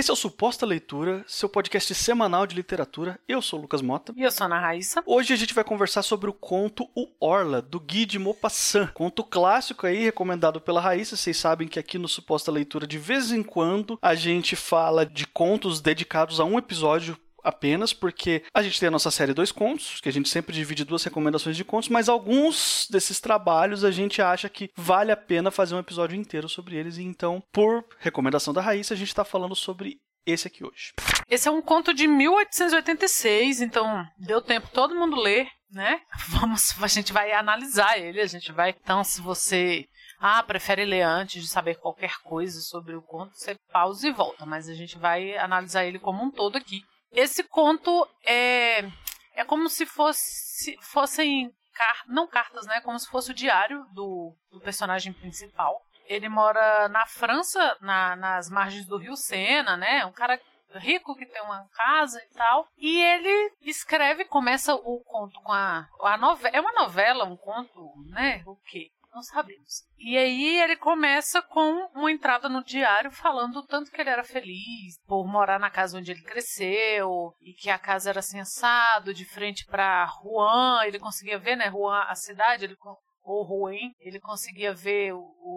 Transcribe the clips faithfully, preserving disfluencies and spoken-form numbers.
Esse é o Suposta Leitura, seu podcast semanal de literatura. Eu sou o Lucas Mota. E eu sou a Ana Raíssa. Hoje a gente vai conversar sobre o conto O Orla, do Guy de Maupassant. Conto clássico aí, recomendado pela Raíssa. Vocês sabem que aqui no Suposta Leitura, de vez em quando, a gente fala de contos dedicados a um episódio apenas, porque a gente tem a nossa série Dois Contos, que a gente sempre divide duas recomendações de contos, mas alguns desses trabalhos a gente acha que vale a pena fazer um episódio inteiro sobre eles, e então, por recomendação da Raíssa, a gente está falando sobre esse aqui hoje. Esse é um conto de mil oitocentos e oitenta e seis, então deu tempo todo mundo ler, né? Vamos, a gente vai analisar ele, a gente vai, então se você... Ah, prefere ler antes de saber qualquer coisa sobre o conto, você pausa e volta, mas a gente vai analisar ele como um todo aqui. Esse conto é, é como se fosse, fossem, car- não cartas, né? Como se fosse o diário do, do personagem principal. Ele mora na França, na, nas margens do rio Sena, né? Um cara rico que tem uma casa e tal. E ele escreve, começa o conto com a, a novela. É uma novela, um conto, né? O quê? Não sabemos. E aí ele começa com uma entrada no diário falando o tanto que ele era feliz por morar na casa onde ele cresceu e que a casa era assim assado, de frente para Rouen, ele conseguia ver, né, Rouen, a cidade, ele, ou Rouen, ele conseguia ver o,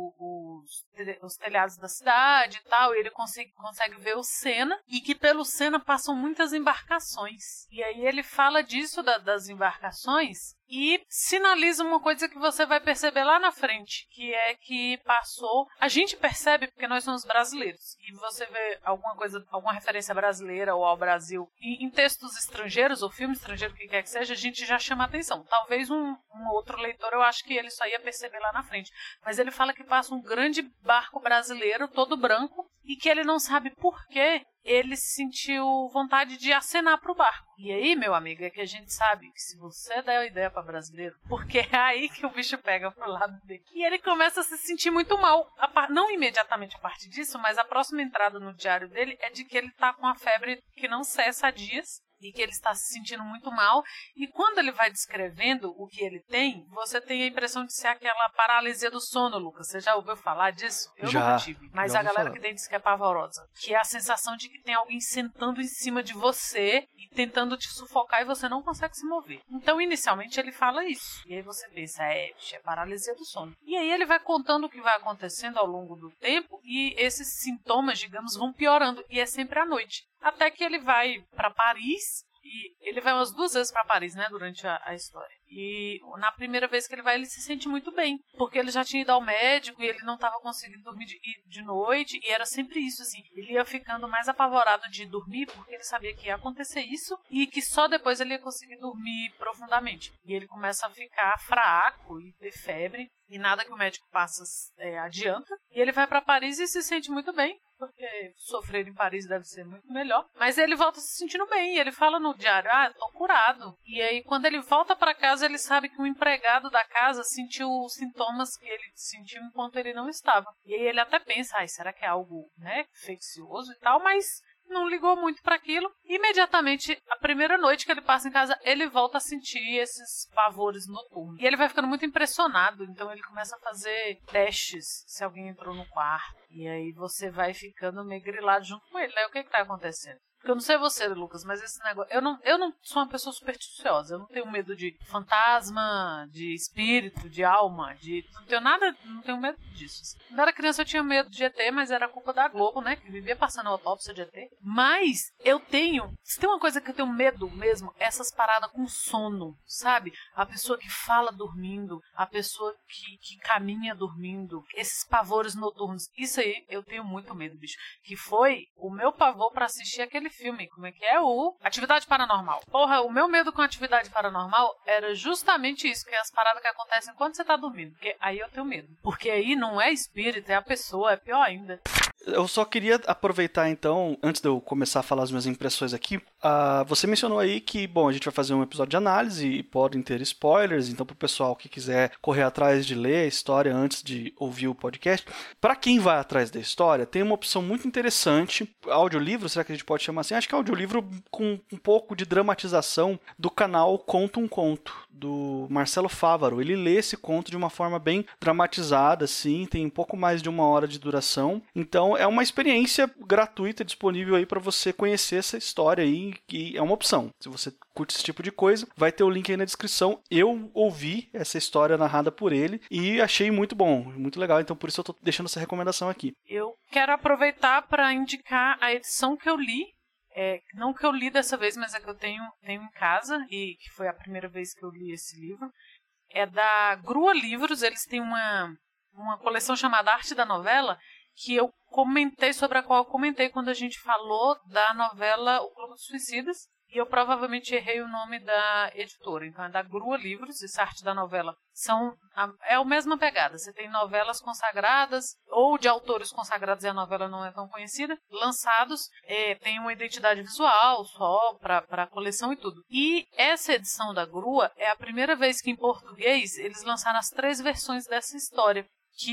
o, os, os telhados da cidade e tal, e ele consegue, consegue ver o Sena, e que pelo Sena passam muitas embarcações. E aí ele fala disso, da, das embarcações, e sinaliza uma coisa que você vai perceber lá na frente, que é que passou... A gente percebe porque nós somos brasileiros, e você vê alguma coisa, alguma referência brasileira ou ao Brasil em, em textos estrangeiros, ou filme estrangeiro, o que quer que seja, a gente já chama atenção. Talvez um, um outro leitor, eu acho que ele só ia perceber lá na frente. Mas ele fala que passa um grande barco brasileiro, todo branco, e que ele não sabe por quê ele sentiu vontade de acenar pro barco. E aí, meu amigo, é que a gente sabe que se você der a ideia para brasileiro, porque é aí que o bicho pega pro lado dele. E ele começa a se sentir muito mal. A par... Não imediatamente a partir disso, mas a próxima entrada no diário dele é de que ele tá com a febre que não cessa há dias. E que ele está se sentindo muito mal. E quando ele vai descrevendo o que ele tem, você tem a impressão de ser aquela paralisia do sono, Lucas. Você já ouviu falar disso? Eu já, nunca tive. Mas a galera falar. que tem diz que é pavorosa. Que é a sensação de que tem alguém sentando em cima de você e tentando te sufocar e você não consegue se mover. Então, inicialmente, ele fala isso. E aí você pensa, é, é paralisia do sono. E aí ele vai contando o que vai acontecendo ao longo do tempo e esses sintomas, digamos, vão piorando. E é sempre à noite. Até que ele vai para Paris, e ele vai umas duas vezes para Paris, né, durante a, a história. E na primeira vez que ele vai, ele se sente muito bem, porque ele já tinha ido ao médico e ele não estava conseguindo dormir de, de noite, e era sempre isso, assim. Ele ia ficando mais apavorado de dormir, porque ele sabia que ia acontecer isso, e que só depois ele ia conseguir dormir profundamente. E ele começa a ficar fraco e ter febre, e nada que o médico passa é, adianta. E ele vai para Paris e se sente muito bem, porque sofrer em Paris deve ser muito melhor. Mas ele volta se sentindo bem, e ele fala no diário, ah, tô curado. E aí, quando ele volta para casa, ele sabe que o empregado da casa sentiu os sintomas que ele sentiu enquanto ele não estava. E aí ele até pensa, ah, será que é algo, né, infeccioso e tal, mas não ligou muito para aquilo. Imediatamente, a primeira noite que ele passa em casa, ele volta a sentir esses pavores noturnos. E ele vai ficando muito impressionado, então ele começa a fazer testes se alguém entrou no quarto. E aí você vai ficando meio grilado junto com ele, né? O que que tá acontecendo? Porque eu não sei você, Lucas, mas esse negócio... Eu não, eu não sou uma pessoa supersticiosa. Eu não tenho medo de fantasma, de espírito, de alma, de... Não tenho nada... Não tenho medo disso. Quando era criança eu tinha medo de E T, mas era culpa da Globo, né? Que vivia passando autópsia de E T. Mas eu tenho... Se tem uma coisa que eu tenho medo mesmo, é essas paradas com sono, sabe? A pessoa que fala dormindo, a pessoa que, que caminha dormindo, esses pavores noturnos. Isso aí eu tenho muito medo, bicho. Que foi o meu pavor pra assistir aquele filme, como é que é? O Atividade Paranormal. Porra, o meu medo com Atividade Paranormal era justamente isso, que é as paradas que acontecem quando você tá dormindo. Porque aí eu tenho medo. Porque aí não é espírito, é a pessoa, é pior ainda. Eu só queria aproveitar então, antes de eu começar a falar as minhas impressões aqui, uh, você mencionou aí que, bom, a gente vai fazer um episódio de análise e podem ter spoilers, então pro pessoal que quiser correr atrás de ler a história antes de ouvir o podcast, para quem vai atrás da história, tem uma opção muito interessante, audiolivro, será que a gente pode chamar assim? Acho que é audiolivro com um pouco de dramatização do canal Conta um Conto, do Marcelo Fávaro. Ele lê esse conto de uma forma bem dramatizada, assim, tem um pouco mais de uma hora de duração. Então é uma experiência gratuita disponível aí para você conhecer essa história aí, que é uma opção. Se você curte esse tipo de coisa, vai ter o link aí na descrição. Eu ouvi essa história narrada por ele e achei muito bom, muito legal, então por isso eu tô deixando essa recomendação aqui. Eu quero aproveitar para indicar a edição que eu li, é, não que eu li dessa vez, mas é que eu tenho, tenho em casa, e que foi a primeira vez que eu li esse livro. É da Grua Livros, eles têm uma, uma coleção chamada Arte da Novela, que eu comentei, sobre a qual eu comentei quando a gente falou da novela O Clube dos Suicidas. E eu provavelmente errei o nome da editora. Então é da Grua Livros, essa Arte da Novela. São, é a mesma pegada. Você tem novelas consagradas, ou de autores consagrados e a novela não é tão conhecida, lançados, é, tem uma identidade visual só para a coleção e tudo. E essa edição da Grua é a primeira vez que em português eles lançaram as três versões dessa história.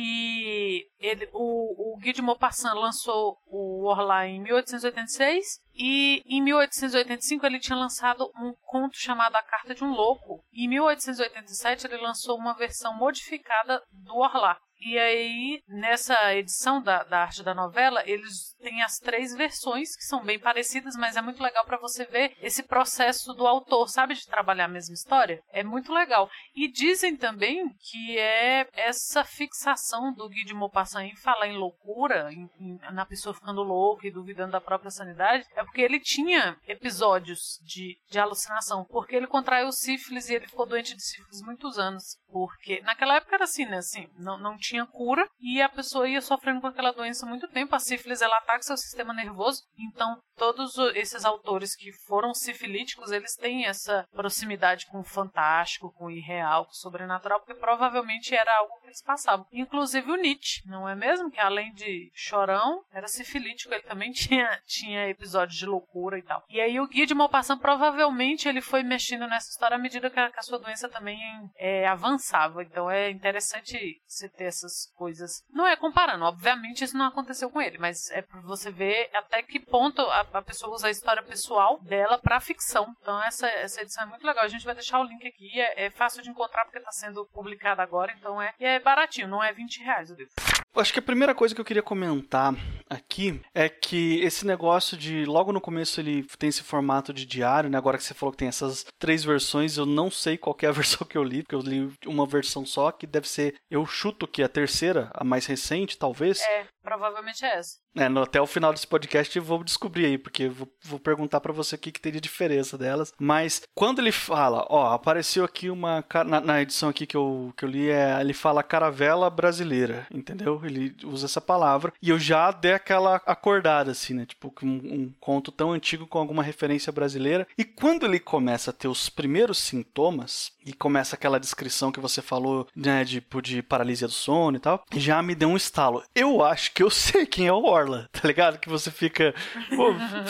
Que ele, o, o Guy de Maupassant lançou o Orlá em mil oitocentos e oitenta e seis e em mil oitocentos e oitenta e cinco ele tinha lançado um conto chamado A Carta de um Louco. E em mil oitocentos e oitenta e sete ele lançou uma versão modificada do Orlá. E aí, nessa edição da, da Arte da Novela, eles têm as três versões, que são bem parecidas, mas é muito legal para você ver esse processo do autor, sabe, de trabalhar a mesma história? É muito legal. E dizem também que é essa fixação do Guy de Maupassant em falar em loucura, em, em, na pessoa ficando louca e duvidando da própria sanidade, é porque ele tinha episódios de, de alucinação, porque ele contraiu sífilis e ele ficou doente de sífilis muitos anos. Porque naquela época era assim, né? Assim, não, não tinha cura e a pessoa ia sofrendo com aquela doença há muito tempo. A sífilis, ela ataca seu sistema nervoso. Então, todos esses autores que foram sifilíticos, eles têm essa proximidade com o fantástico, com o irreal, com o sobrenatural, porque provavelmente era algo que eles passavam. Inclusive o Nietzsche, não é mesmo? Que além de chorão, era sifilítico. Ele também tinha, tinha episódios de loucura e tal. E aí o Guy de Maupassant, provavelmente, ele foi mexendo nessa história à medida que a, que a sua doença também é, avançava. Então é interessante você ter essas coisas. Não é comparando, obviamente isso não aconteceu com ele, mas é pra você ver até que ponto a, a pessoa usa a história pessoal dela pra ficção. Então essa, essa edição é muito legal. A gente vai deixar o link aqui, é, é fácil de encontrar porque tá sendo publicado agora, então é, e é baratinho, não é vinte reais o livro. Acho que a primeira coisa que eu queria comentar aqui é que esse negócio de, logo no começo ele tem esse formato de diário, né? Agora que você falou que tem essas três versões, eu não sei qual que é a versão que eu li, porque eu li uma versão só, que deve ser, eu chuto que é a terceira, a mais recente, talvez. É, provavelmente é essa. É, no, até o final desse podcast eu vou descobrir aí, porque eu vou, vou perguntar pra você o que, que teria diferença delas. Mas quando ele fala, ó, apareceu aqui uma, na, na edição aqui que eu, que eu li, é, ele fala caravela brasileira, entendeu? Ele usa essa palavra, e eu já dei aquela acordada, assim, né? Tipo, um, um conto tão antigo com alguma referência brasileira. E quando ele começa a ter os primeiros sintomas, e começa aquela descrição que você falou, né, de, de paralisia do sono e tal, já me deu um estalo. Eu acho que eu sei quem é o Orla, tá ligado? Que você fica, pô,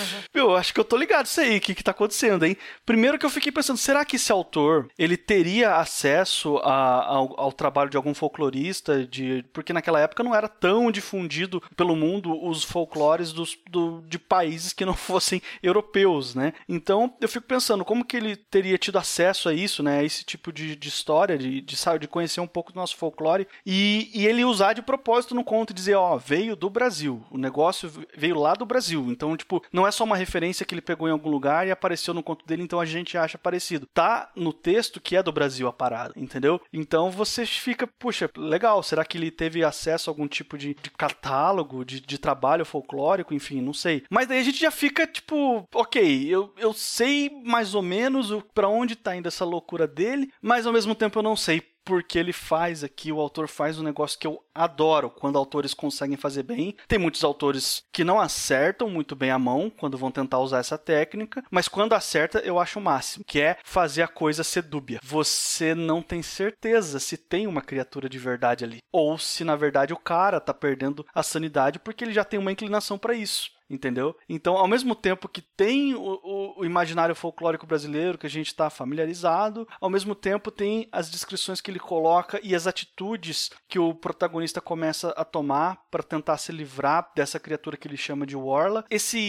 eu acho que eu tô ligado isso aí, o que que tá acontecendo, hein? Primeiro que eu fiquei pensando, será que esse autor, ele teria acesso a, ao, ao trabalho de algum folclorista, de, porque naquela época não era tão difundido pelo mundo os folclores dos, do, de países que não fossem europeus, né? Então, eu fico pensando, como que ele teria tido acesso a isso, né? A esse tipo de, de história, de, de, de conhecer um pouco do nosso folclore, e, e ele usar de propósito no conto e dizer, ó, veio do Brasil, o negócio veio lá do Brasil, então, tipo, não é só uma referência que ele pegou em algum lugar e apareceu no conto dele, então a gente acha parecido. Tá no texto que é do Brasil a parada, entendeu? Então você fica, puxa, legal, será que ele teve acesso a algum tipo de, de catálogo, de, de trabalho folclórico, enfim, não sei. Mas daí a gente já fica, tipo, ok, eu, eu sei mais ou menos o, pra onde tá indo essa loucura dele, mas ao mesmo tempo eu não sei porque ele faz aqui, o autor faz um negócio que eu adoro, quando autores conseguem fazer bem. Tem muitos autores que não acertam muito bem a mão quando vão tentar usar essa técnica, mas quando acerta eu acho o máximo, que é fazer a coisa ser dúbia. Você não tem certeza se tem uma criatura de verdade ali, ou se na verdade o cara tá perdendo a sanidade porque ele já tem uma inclinação para isso. Entendeu? Então, ao mesmo tempo que tem o, o, o imaginário folclórico brasileiro que a gente está familiarizado, ao mesmo tempo tem as descrições que ele coloca e as atitudes que o protagonista começa a tomar para tentar se livrar dessa criatura que ele chama de Orla. Esse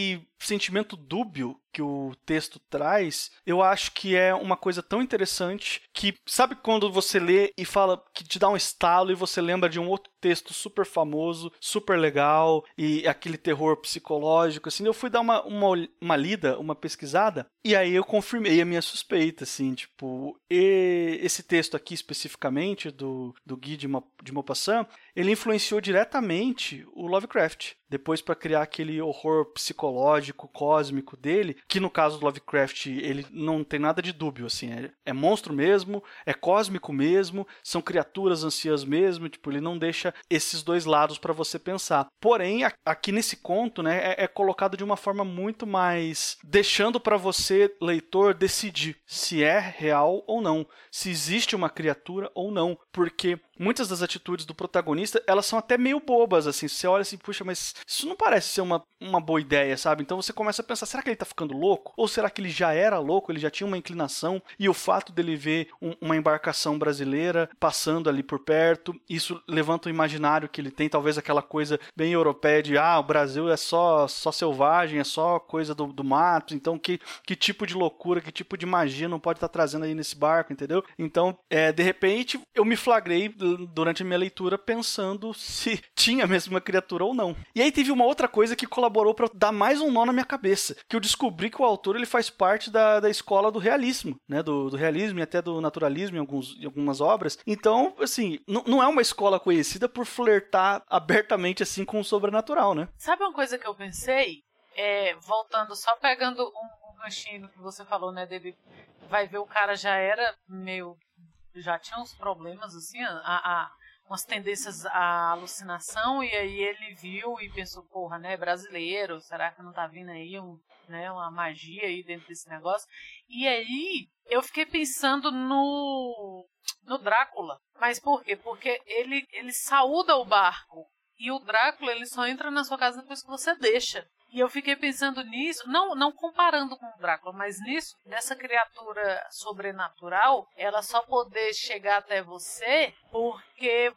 sentimento dúbio que o texto traz, eu acho que é uma coisa tão interessante que, sabe quando você lê e fala que te dá um estalo e você lembra de um outro texto super famoso, super legal e aquele terror psicológico, assim, eu fui dar uma, uma, uma lida, uma pesquisada e aí eu confirmei a minha suspeita, assim, tipo, e esse texto aqui especificamente do, do Guy de, Mo, de Maupassant, ele influenciou diretamente o Lovecraft. Depois, para criar aquele horror psicológico, cósmico dele, que no caso do Lovecraft, ele não tem nada de dúbio, assim, é, é monstro mesmo, é cósmico mesmo, são criaturas anciãs mesmo, tipo, ele não deixa esses dois lados para você pensar. Porém, a, aqui nesse conto, né, é, é colocado de uma forma muito mais deixando para você, leitor, decidir se é real ou não, se existe uma criatura ou não, porque muitas das atitudes do protagonista, elas são até meio bobas, assim, você olha assim, puxa, mas isso não parece ser uma, uma boa ideia, sabe? Então você começa a pensar, será que ele tá ficando louco? Ou será que ele já era louco, ele já tinha uma inclinação, e o fato dele ver um, uma embarcação brasileira passando ali por perto, isso levanta o imaginário que ele tem, talvez aquela coisa bem europeia de, ah, o Brasil é só, só selvagem, é só coisa do, do mato, então que, que tipo de loucura, que tipo de magia não pode estar tá trazendo aí nesse barco, entendeu? Então, é, de repente, eu me flagrei durante a minha leitura pensando se tinha mesmo uma criatura ou não. E aí teve uma outra coisa que colaborou para dar mais um nó na minha cabeça, que eu descobri que o autor ele faz parte da, da escola do realismo, né, do, do realismo e até do naturalismo em, alguns, em algumas obras. Então, assim, n- não é uma escola conhecida por flertar abertamente assim com o sobrenatural, né? Sabe uma coisa que eu pensei? É, voltando, só pegando um, um ganchinho que você falou, né, dele vai ver o cara já era meio... já tinha uns problemas, assim, a, a, umas tendências à alucinação, e aí ele viu e pensou, porra, né, brasileiro, será que não tá vindo aí um, né, uma magia aí dentro desse negócio? E aí eu fiquei pensando no, no Drácula. Mas por quê? Porque ele, ele saúda o barco, e o Drácula ele só entra na sua casa depois que você deixa. E eu fiquei pensando nisso, não, não comparando com o Drácula, mas nisso, dessa criatura sobrenatural, ela só poder chegar até você porque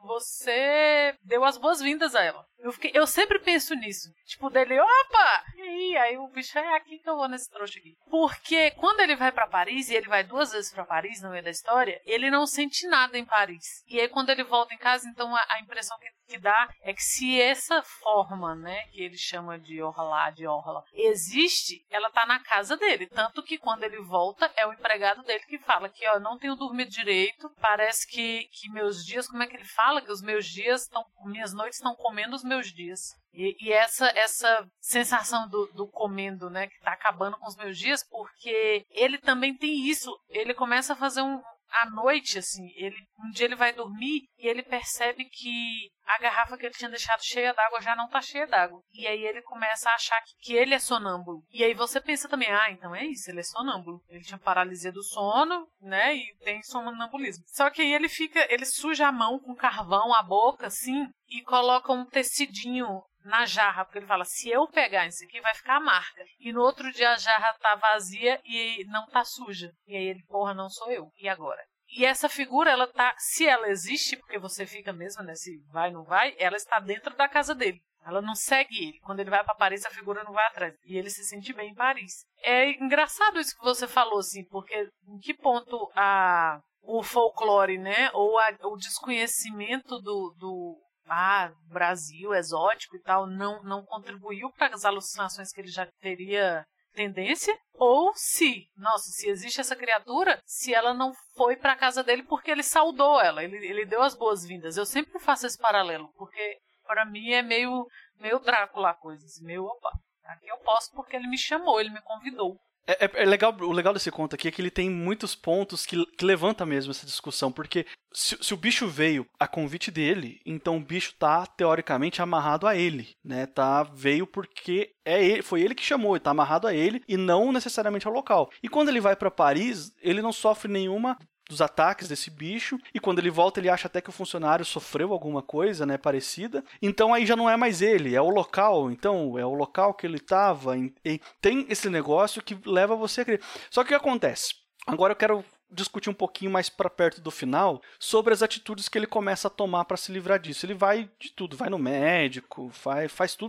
você deu as boas-vindas a ela. Eu, fiquei, eu sempre penso nisso. Tipo, dele, opa! E aí, aí o bicho é aqui que eu vou nesse trouxa aqui. Porque quando ele vai pra Paris, e ele vai duas vezes pra Paris no meio da história, ele não sente nada em Paris. E aí quando ele volta em casa, então a, a impressão que que dá é que se essa forma, né, que ele chama de Orla, de Orla, existe, ela tá na casa dele. Tanto que quando ele volta, é o empregado dele que fala que, ó, não tenho dormido direito, parece que, que meus dias, como é que ele fala? Que os meus dias estão, minhas noites estão comendo os meus dias. E, e essa, essa sensação do, do comendo, né, que tá acabando com os meus dias, porque ele também tem isso. Ele começa a fazer um... à noite, assim, ele, um dia ele vai dormir e ele percebe que a garrafa que ele tinha deixado cheia d'água já não tá cheia d'água. E aí ele começa a achar que, que ele é sonâmbulo. E aí você pensa também, ah, então é isso, ele é sonâmbulo. Ele tinha paralisia do sono, né, e tem sonambulismo. Só que aí ele fica, ele suja a mão com carvão, a boca, assim, e coloca um tecidinho na jarra, porque ele fala, se eu pegar isso aqui, vai ficar a marca. E no outro dia a jarra tá vazia e não tá suja. E aí ele, porra, não sou eu. E agora? E essa figura, ela tá, se ela existe, porque você fica mesmo, né, se vai ou não vai, ela está dentro da casa dele. Ela não segue ele. Quando ele vai para Paris, a figura não vai atrás. E ele se sente bem em Paris. É engraçado isso que você falou, assim, porque em que ponto a, o folclore, né, ou a, o desconhecimento do... do ah, Brasil, exótico e tal, não, não contribuiu para as alucinações que ele já teria tendência, ou se, nossa, se existe essa criatura, se ela não foi para a casa dele porque ele saudou ela, ele, ele deu as boas-vindas. Eu sempre faço esse paralelo, porque para mim é meio, meio Drácula a coisa, assim, meio, opa, aqui eu posso porque ele me chamou, ele me convidou. É, é, é legal, o legal desse conto aqui é que ele tem muitos pontos que, que levanta mesmo essa discussão, porque se, se o bicho veio a convite dele, então o bicho tá teoricamente amarrado a ele, né? Tá, veio porque é ele, foi ele que chamou, tá amarrado a ele e não necessariamente ao local. E quando ele vai para Paris, ele não sofre nenhuma dos ataques desse bicho, e quando ele volta ele acha até que o funcionário sofreu alguma coisa, né, parecida, então aí já não é mais ele, é o local, então é o local que ele estava, e tem esse negócio que leva você a crer. Só que o que acontece? Agora eu quero discutir um pouquinho mais para perto do final sobre as atitudes que ele começa a tomar para se livrar disso. Ele vai de tudo, vai no médico, faz, faz tudo que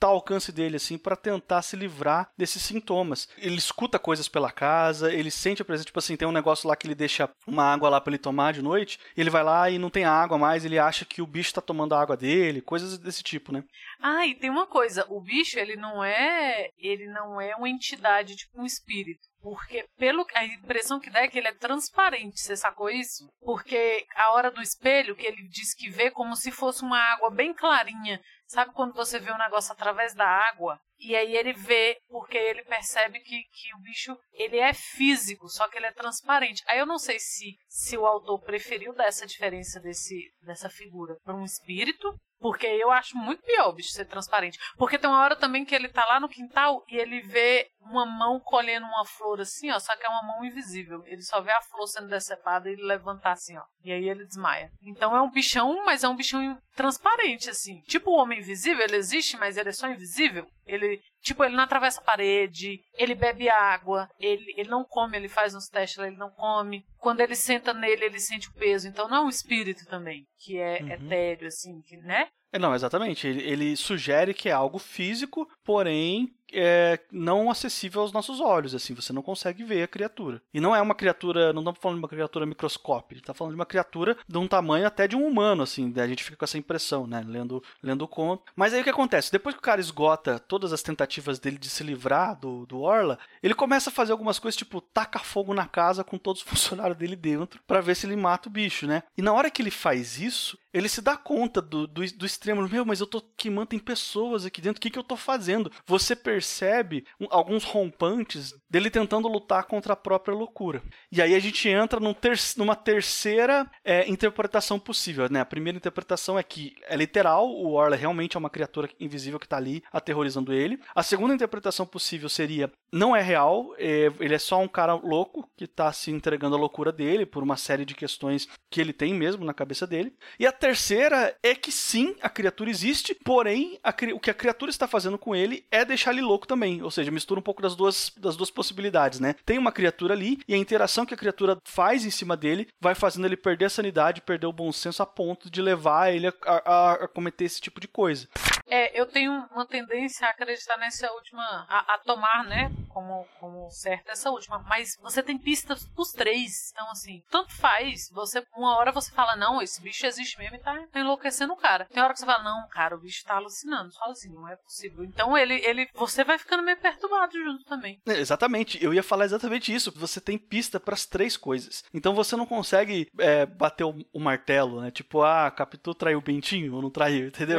tá ao alcance dele, assim, pra tentar se livrar desses sintomas. Ele escuta coisas pela casa, ele sente a presença, tipo assim, tem um negócio lá que ele deixa uma água lá pra ele tomar de noite, e ele vai lá e não tem água mais, ele acha que o bicho tá tomando a água dele, coisas desse tipo, né? Ah, e tem uma coisa, o bicho, ele não é, ele não é uma entidade, tipo um espírito. Porque pelo, a impressão que dá é que ele é transparente, você sacou isso? Porque a hora do espelho, que ele diz que vê como se fosse uma água bem clarinha. Sabe quando você vê um negócio através da água? E aí ele vê, porque ele percebe que, que o bicho, ele é físico, só que ele é transparente. Aí eu não sei se, se o autor preferiu dar essa diferença desse, dessa figura para um espírito, porque eu acho muito pior o bicho ser transparente. Porque tem uma hora também que ele tá lá no quintal e ele vê uma mão colhendo uma flor assim, ó, só que é uma mão invisível. Ele só vê a flor sendo decepada e ele levantar assim, ó. E aí ele desmaia. Então é um bichão, mas é um bichão transparente, assim. Tipo o homem invisível, ele existe, mas ele é só invisível. Ele, tipo, ele não atravessa a parede, ele bebe água, ele, ele não come, ele faz uns testes lá, ele não come. Quando ele senta nele, ele sente o peso. Então não é um espírito também, que é uhum. etéreo, assim, que, né? Não, exatamente. Ele, ele sugere que é algo físico, porém é não acessível aos nossos olhos, assim, você não consegue ver a criatura. E não é uma criatura, não estamos falando de uma criatura microscópica, a gente está falando de uma criatura de um tamanho até de um humano, assim, a gente fica com essa impressão, né, lendo, lendo o conto. Mas aí o que acontece? Depois que o cara esgota todas as tentativas dele de se livrar do, do Orla, ele começa a fazer algumas coisas, tipo, taca fogo na casa com todos os funcionários dele dentro, para ver se ele mata o bicho, né? E na hora que ele faz isso, ele se dá conta do, do, do extremo, meu, mas eu tô queimando, tem pessoas aqui dentro, o que, que eu tô fazendo? Você percebe um, alguns rompantes dele tentando lutar contra a própria loucura. E aí a gente entra num ter, numa terceira é, interpretação possível, né? A primeira interpretação é que é literal, o Orla realmente é uma criatura invisível que tá ali aterrorizando ele. A segunda interpretação possível seria, não é real, é, ele é só um cara louco que tá se entregando à loucura dele por uma série de questões que ele tem mesmo na cabeça dele. E a terceira é que sim, a criatura existe, porém a, o que a criatura está fazendo com ele é deixar ele louco também, ou seja, mistura um pouco das duas, das duas possibilidades, né? Tem uma criatura ali e a interação que a criatura faz em cima dele vai fazendo ele perder a sanidade, perder o bom senso a ponto de levar ele a, a, a cometer esse tipo de coisa. É, eu tenho uma tendência a acreditar nessa última, a, a tomar, né, como, como certo essa última, mas você tem pistas dos três, então assim, tanto faz, você, uma hora você fala, não, esse bicho existe mesmo e tá, tá enlouquecendo o cara. Tem hora que você fala, não, cara, o bicho tá alucinando, sozinho, não é possível. Então ele, ele, você vai ficando meio perturbado junto também. É, exatamente, eu ia falar exatamente isso, você tem pista pras três coisas, então você não consegue é, bater o, o martelo, né, tipo, ah, Capitu traiu o Bentinho ou não traiu, entendeu?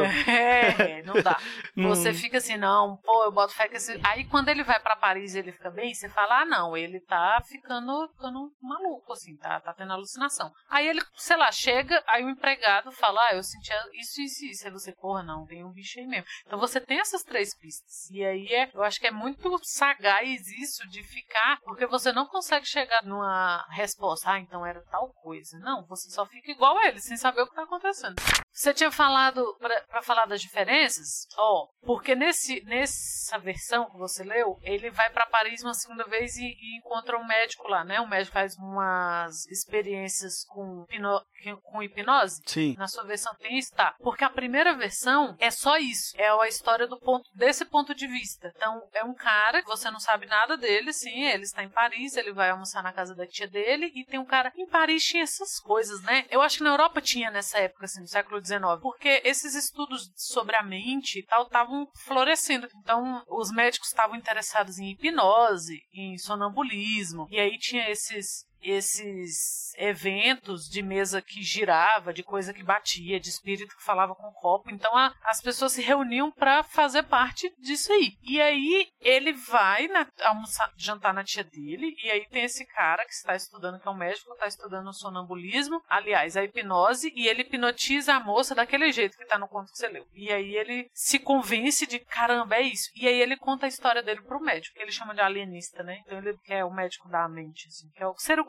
É, não dá. Você fica assim, não, pô, eu boto fé que esse... Aí quando ele vai pra Paris e ele fica bem, você fala, ah, não, ele tá ficando, ficando maluco, assim, tá, tá tendo alucinação. Aí ele, sei lá, chega, aí o empregado fala, ah, eu sentia isso, isso, isso. Aí você, porra, não, tem um bicho aí mesmo. Então você tem essas três pistas. E aí é, eu acho que é muito sagaz isso de ficar, porque você não consegue chegar numa resposta, ah, então era tal coisa. Não, você só fica igual a ele, sem saber o que tá acontecendo. Você tinha falado, pra, pra falar das diferenças, ó, oh, porque nesse, nessa versão que você leu, ele vai pra Paris uma segunda vez e, e encontra um médico lá, né? O médico faz umas experiências com, hipno, com hipnose. Sim. Na sua versão tem isso, tá? Porque a primeira versão é só isso. É a história do ponto, desse ponto de vista. Então, é um cara que você não sabe nada dele, sim, ele está em Paris, ele vai almoçar na casa da tia dele e tem um cara... Em Paris tinha essas coisas, né? Eu acho que na Europa tinha nessa época, assim, no século dezenove, porque esses estudos sobre a mente e tal estavam florescendo. Então, os médicos estavam interessados em hipnose, em sonambulismo, e aí tinha esses... esses eventos de mesa que girava, de coisa que batia, de espírito que falava com o copo. Então a, as pessoas se reuniam para fazer parte disso aí. E aí ele vai na, almoçar, jantar na tia dele, e aí tem esse cara que está estudando, que é um médico, está estudando o sonambulismo, aliás, a hipnose, e ele hipnotiza a moça daquele jeito que está no conto que você leu. E aí ele se convence de, caramba, é isso. E aí ele conta a história dele pro médico, que ele chama de alienista, né? Então ele que é o médico da mente, assim, que é o ser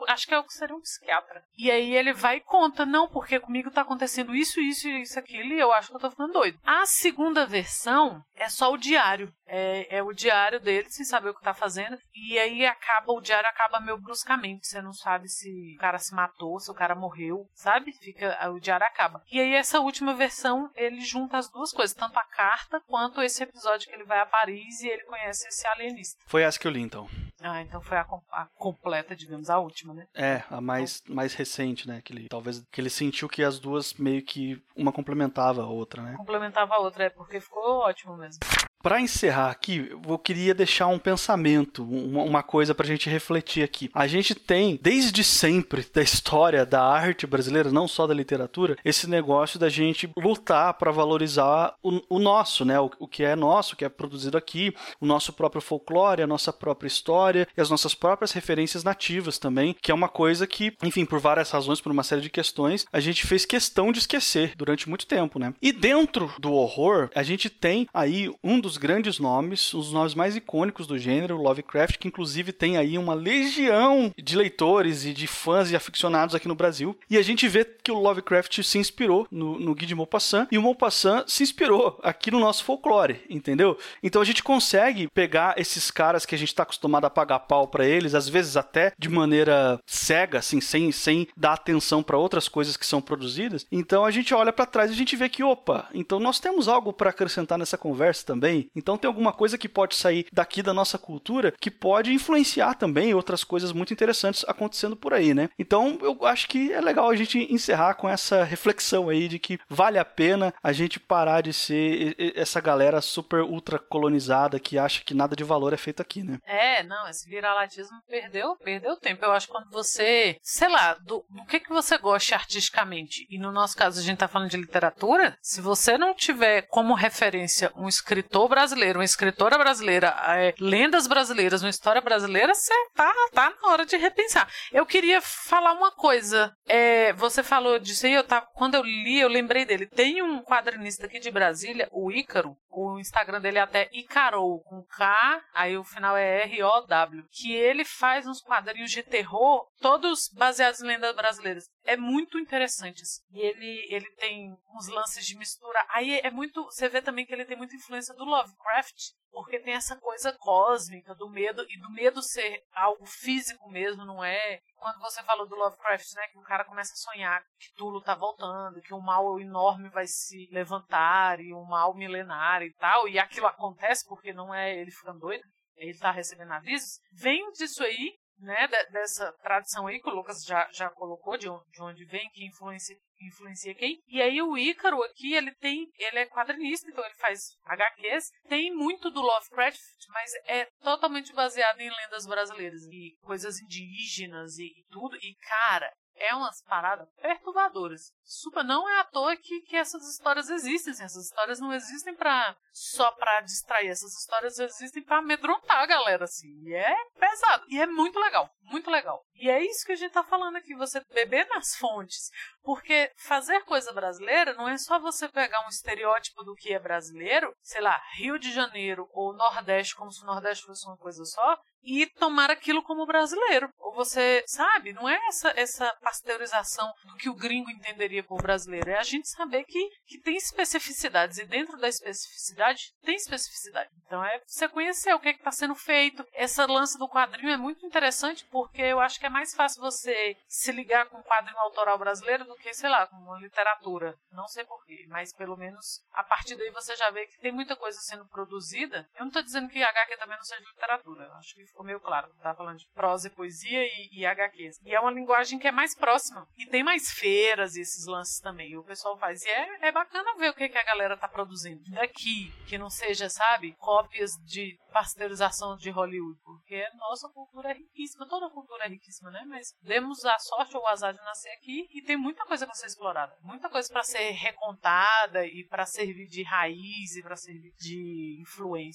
acho que é o que seria um psiquiatra. E aí ele vai e conta, não, porque comigo tá acontecendo isso, isso, isso, aquilo, e eu acho que eu tô ficando doido. A segunda versão é só o diário. É, é o diário dele, sem saber o que tá fazendo. E aí acaba, o diário acaba meio bruscamente. Você não sabe se o cara se matou, se o cara morreu, sabe? Fica, o diário acaba. E aí essa última versão, ele junta as duas coisas, tanto a carta quanto esse episódio que ele vai a Paris e ele conhece esse alienista. Foi essa que eu li, então. Ah, então foi a, a completa, digamos, a última, né? É, a mais, mais recente, né? Que ele, talvez que ele sentiu que as duas meio que uma complementava a outra, né? Complementava a outra, é porque ficou ótimo mesmo. Para encerrar aqui, eu queria deixar um pensamento, uma, uma coisa pra gente refletir aqui. A gente tem, desde sempre, da história da arte brasileira, não só da literatura, esse negócio da gente lutar para valorizar o, o nosso, né? O, o que é nosso, o que é produzido aqui, o nosso próprio folclore, a nossa própria história e as nossas próprias referências nativas também, que é uma coisa que, enfim, por várias razões, por uma série de questões, a gente fez questão de esquecer durante muito tempo, né? E dentro do horror, a gente tem aí um dos grandes nomes, os nomes mais icônicos do gênero, Lovecraft, que inclusive tem aí uma legião de leitores e de fãs e aficionados aqui no Brasil. E a gente vê que o Lovecraft se inspirou no, no Guy de Maupassant, e o Maupassant se inspirou aqui no nosso folclore, entendeu? Então a gente consegue pegar esses caras que a gente está acostumado a pagar pau para eles, às vezes até de maneira cega, assim, sem, sem dar atenção para outras coisas que são produzidas. Então a gente olha para trás e a gente vê que, opa, então nós temos algo para acrescentar nessa conversa também. Então tem alguma coisa que pode sair daqui da nossa cultura que pode influenciar também outras coisas muito interessantes acontecendo por aí, né? Então eu acho que é legal a gente encerrar com essa reflexão aí de que vale a pena a gente parar de ser essa galera super ultra colonizada que acha que nada de valor é feito aqui, né? É, não, esse viralatismo perdeu, perdeu tempo. Eu acho que quando você, sei lá, do, do que que você gosta artisticamente, e no nosso caso a gente tá falando de literatura, se você não tiver como referência um escritor brasileiro, uma escritora brasileira, é, lendas brasileiras, uma história brasileira, você tá, tá na hora de repensar. Eu queria falar uma coisa. É, você falou disso aí, eu tava, quando eu li, eu lembrei dele. Tem um quadrinista aqui de Brasília, o Ícaro, o Instagram dele é até Icarou, com K, aí o final é R O W, que ele faz uns quadrinhos de terror, todos baseados em lendas brasileiras. É muito interessante, assim. E ele, ele tem uns lances de mistura. Aí é muito... Você vê também que ele tem muita influência do Lovecraft, porque tem essa coisa cósmica do medo, e do medo ser algo físico mesmo, não é... Quando você falou do Lovecraft, né, que o cara começa a sonhar que Cthulhu tá voltando, que um mal enorme vai se levantar, e um mal milenário e tal, e aquilo acontece porque não é ele ficando doido, ele tá recebendo avisos, vem disso aí, né, dessa tradição aí que o Lucas já, já colocou, de onde, de onde vem, que influencia, influencia quem. E aí o Ícaro aqui, ele tem, ele é quadrinista, então ele faz H Qs, tem muito do Lovecraft, mas é totalmente baseado em lendas brasileiras, e coisas indígenas e, e tudo, e cara... É umas paradas perturbadoras. Super, não é à toa que, que essas histórias existem. Assim, essas histórias não existem pra, só pra distrair. Essas histórias existem pra amedrontar a galera, assim. E é pesado. E é muito legal. Muito legal. E é isso que a gente tá falando aqui. Você beber nas fontes. Porque fazer coisa brasileira não é só você pegar um estereótipo do que é brasileiro, sei lá, Rio de Janeiro ou Nordeste, como se o Nordeste fosse uma coisa só, e tomar aquilo como brasileiro. Ou você, sabe, não é essa, essa pasteurização do que o gringo entenderia por brasileiro. É a gente saber que, que tem especificidades. E dentro da especificidade, tem especificidade. Então é você conhecer o que é que está sendo feito. Essa lance do quadrinho é muito interessante porque eu acho que é mais fácil você se ligar com um quadrinho autoral brasileiro do que, sei lá, com uma literatura. Não sei porquê, mas pelo menos a partir daí você já vê que tem muita coisa sendo produzida. Eu não estou dizendo que H Q também não seja literatura. Eu acho que ficou meio claro. Eu tava falando de prosa e poesia e, e H Qs. E é uma linguagem que é mais próxima. E tem mais feiras e esses lances também. E o pessoal faz. E é, é bacana ver o que, que a galera tá produzindo daqui. Que não seja, sabe, cópias de pasteurização de Hollywood. Porque nossa cultura é riquíssima. Toda cultura é riquíssima, né? Mas demos a sorte ou o azar de nascer aqui e tem muita coisa pra ser explorada. Muita coisa pra ser recontada e pra servir de raiz e pra servir de influência.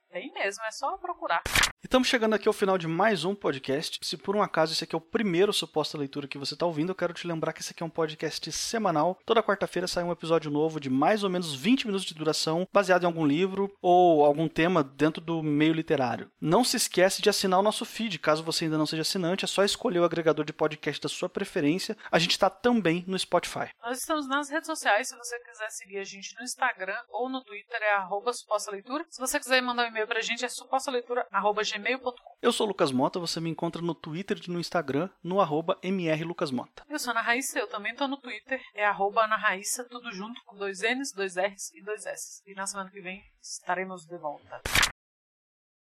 Tem mesmo, é só procurar. E estamos chegando aqui ao final de mais um podcast. Se por um acaso esse aqui é o primeiro Suposta Leitura que você está ouvindo, eu quero te lembrar que esse aqui é um podcast semanal. Toda quarta-feira sai um episódio novo de mais ou menos vinte minutos de duração, baseado em algum livro ou algum tema dentro do meio literário. Não se esquece de assinar o nosso feed. Caso você ainda não seja assinante, é só escolher o agregador de podcast da sua preferência. A gente está também no Spotify. Nós estamos nas redes sociais. Se você quiser seguir a gente no Instagram ou no Twitter, é arroba suposta leitura. Se você quiser mandar um e-mail pra gente, é suposta leitura arroba gmail ponto com. Eu sou o Lucas Mota, você me encontra no Twitter e no Instagram, no arroba mrlucasmota. Eu sou a Ana Raíssa, eu também tô no Twitter, é arroba Ana Raíssa, tudo junto com dois N's, dois R's e dois S. E na semana que vem estaremos de volta.